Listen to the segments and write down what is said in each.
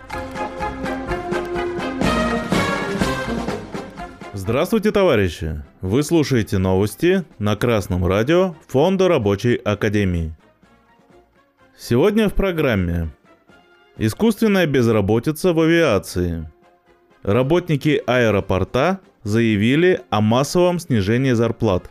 Здравствуйте, товарищи! Вы слушаете новости на Красном радио Фонда Рабочей Академии. Сегодня в программе: искусственная безработица в авиации. Работники аэропорта заявили о массовом снижении зарплат.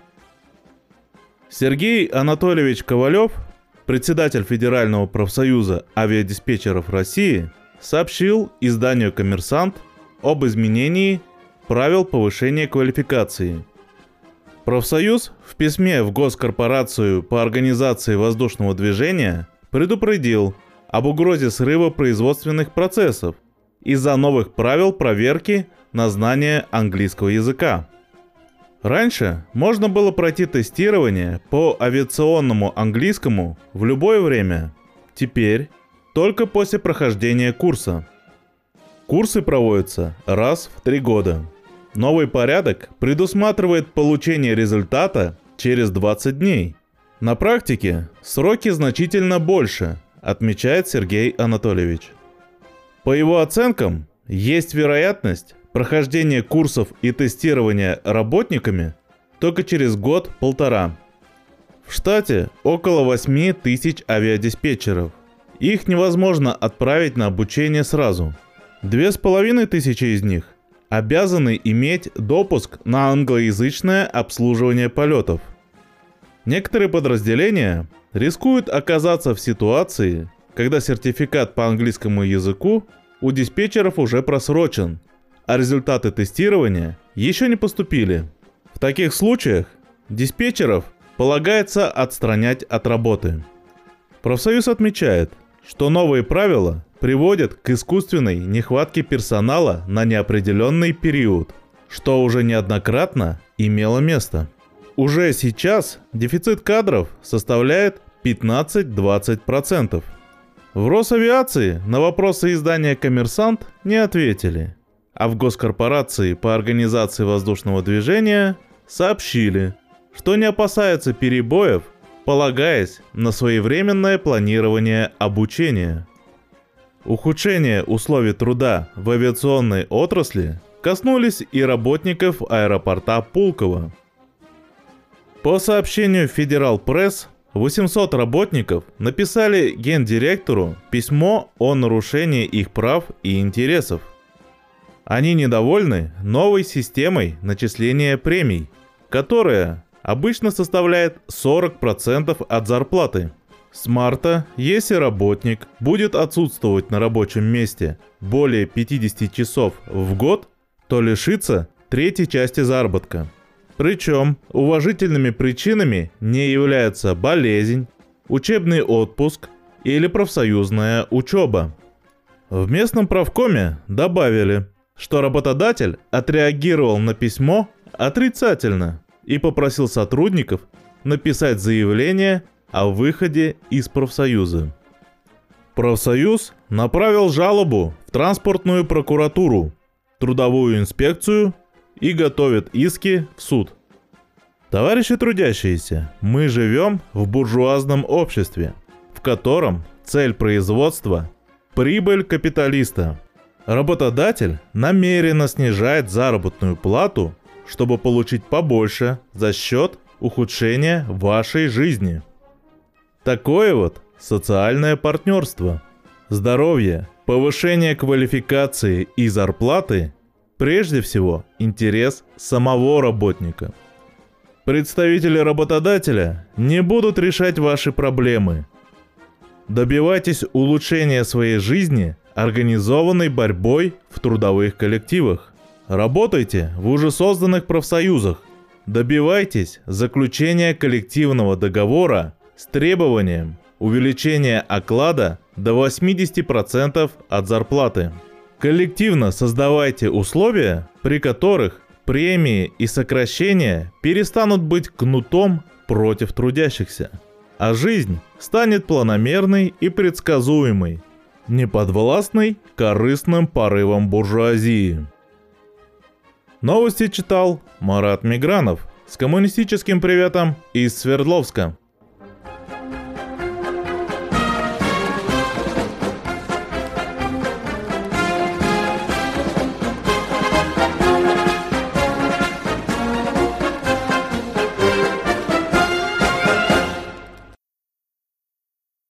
Сергей Анатольевич Ковалев, председатель Федерального профсоюза авиадиспетчеров России, сообщил изданию «Коммерсант» об изменении правил повышения квалификации. Профсоюз в письме в Госкорпорацию по организации воздушного движения предупредил об угрозе срыва производственных процессов из-за новых правил проверки на знание английского языка. Раньше можно было пройти тестирование по авиационному английскому в любое время. Теперь только после прохождения курса. Курсы проводятся раз в 3 года. Новый порядок предусматривает получение результата через 20 дней. На практике сроки значительно больше, отмечает Сергей Анатольевич. По его оценкам, есть вероятность прохождения курсов и тестирования работниками только через год-полтора. В штате около 8 тысяч авиадиспетчеров. Их невозможно отправить на обучение сразу. 2500 из них обязаны иметь допуск на англоязычное обслуживание полетов. Некоторые подразделения рискуют оказаться в ситуации, когда сертификат по английскому языку у диспетчеров уже просрочен, а результаты тестирования еще не поступили. В таких случаях диспетчеров полагается отстранять от работы. Профсоюз отмечает, что новые правила приводят к искусственной нехватке персонала на неопределенный период, что уже неоднократно имело место. Уже сейчас дефицит кадров составляет 15-20%. В Росавиации на вопросы издания «Коммерсант» не ответили, а в Госкорпорации по организации воздушного движения сообщили, что не опасаются перебоев, полагаясь на своевременное планирование обучения. Ухудшение условий труда в авиационной отрасли коснулись и работников аэропорта Пулково. По сообщению Федерал Пресс, 800 работников написали гендиректору письмо о нарушении их прав и интересов. Они недовольны новой системой начисления премий, которая обычно составляет 40% от зарплаты. С марта, если работник будет отсутствовать на рабочем месте более 50 часов в год, то лишится третьей части заработка. Причем уважительными причинами не являются болезнь, учебный отпуск или профсоюзная учеба. В местном правкоме добавили, что работодатель отреагировал на письмо отрицательно и попросил сотрудников написать заявление о выходе из профсоюза. Профсоюз направил жалобу в транспортную прокуратуру, трудовую инспекцию и готовит иски в суд. Товарищи трудящиеся, мы живем в буржуазном обществе, в котором цель производства – прибыль капиталиста. Работодатель намеренно снижает заработную плату, чтобы получить побольше за счет ухудшения вашей жизни. Такое вот социальное партнерство. Здоровье, повышение квалификации и зарплаты – прежде всего интерес самого работника. Представители работодателя не будут решать ваши проблемы. Добивайтесь улучшения своей жизни организованной борьбой в трудовых коллективах. Работайте в уже созданных профсоюзах. Добивайтесь заключения коллективного договора с требованием увеличения оклада до 80% от зарплаты. Коллективно создавайте условия, при которых премии и сокращения перестанут быть кнутом против трудящихся, а жизнь станет планомерной и предсказуемой, неподвластной корыстным порывам буржуазии. Новости читал Марат Мигранов с коммунистическим приветом из Свердловска.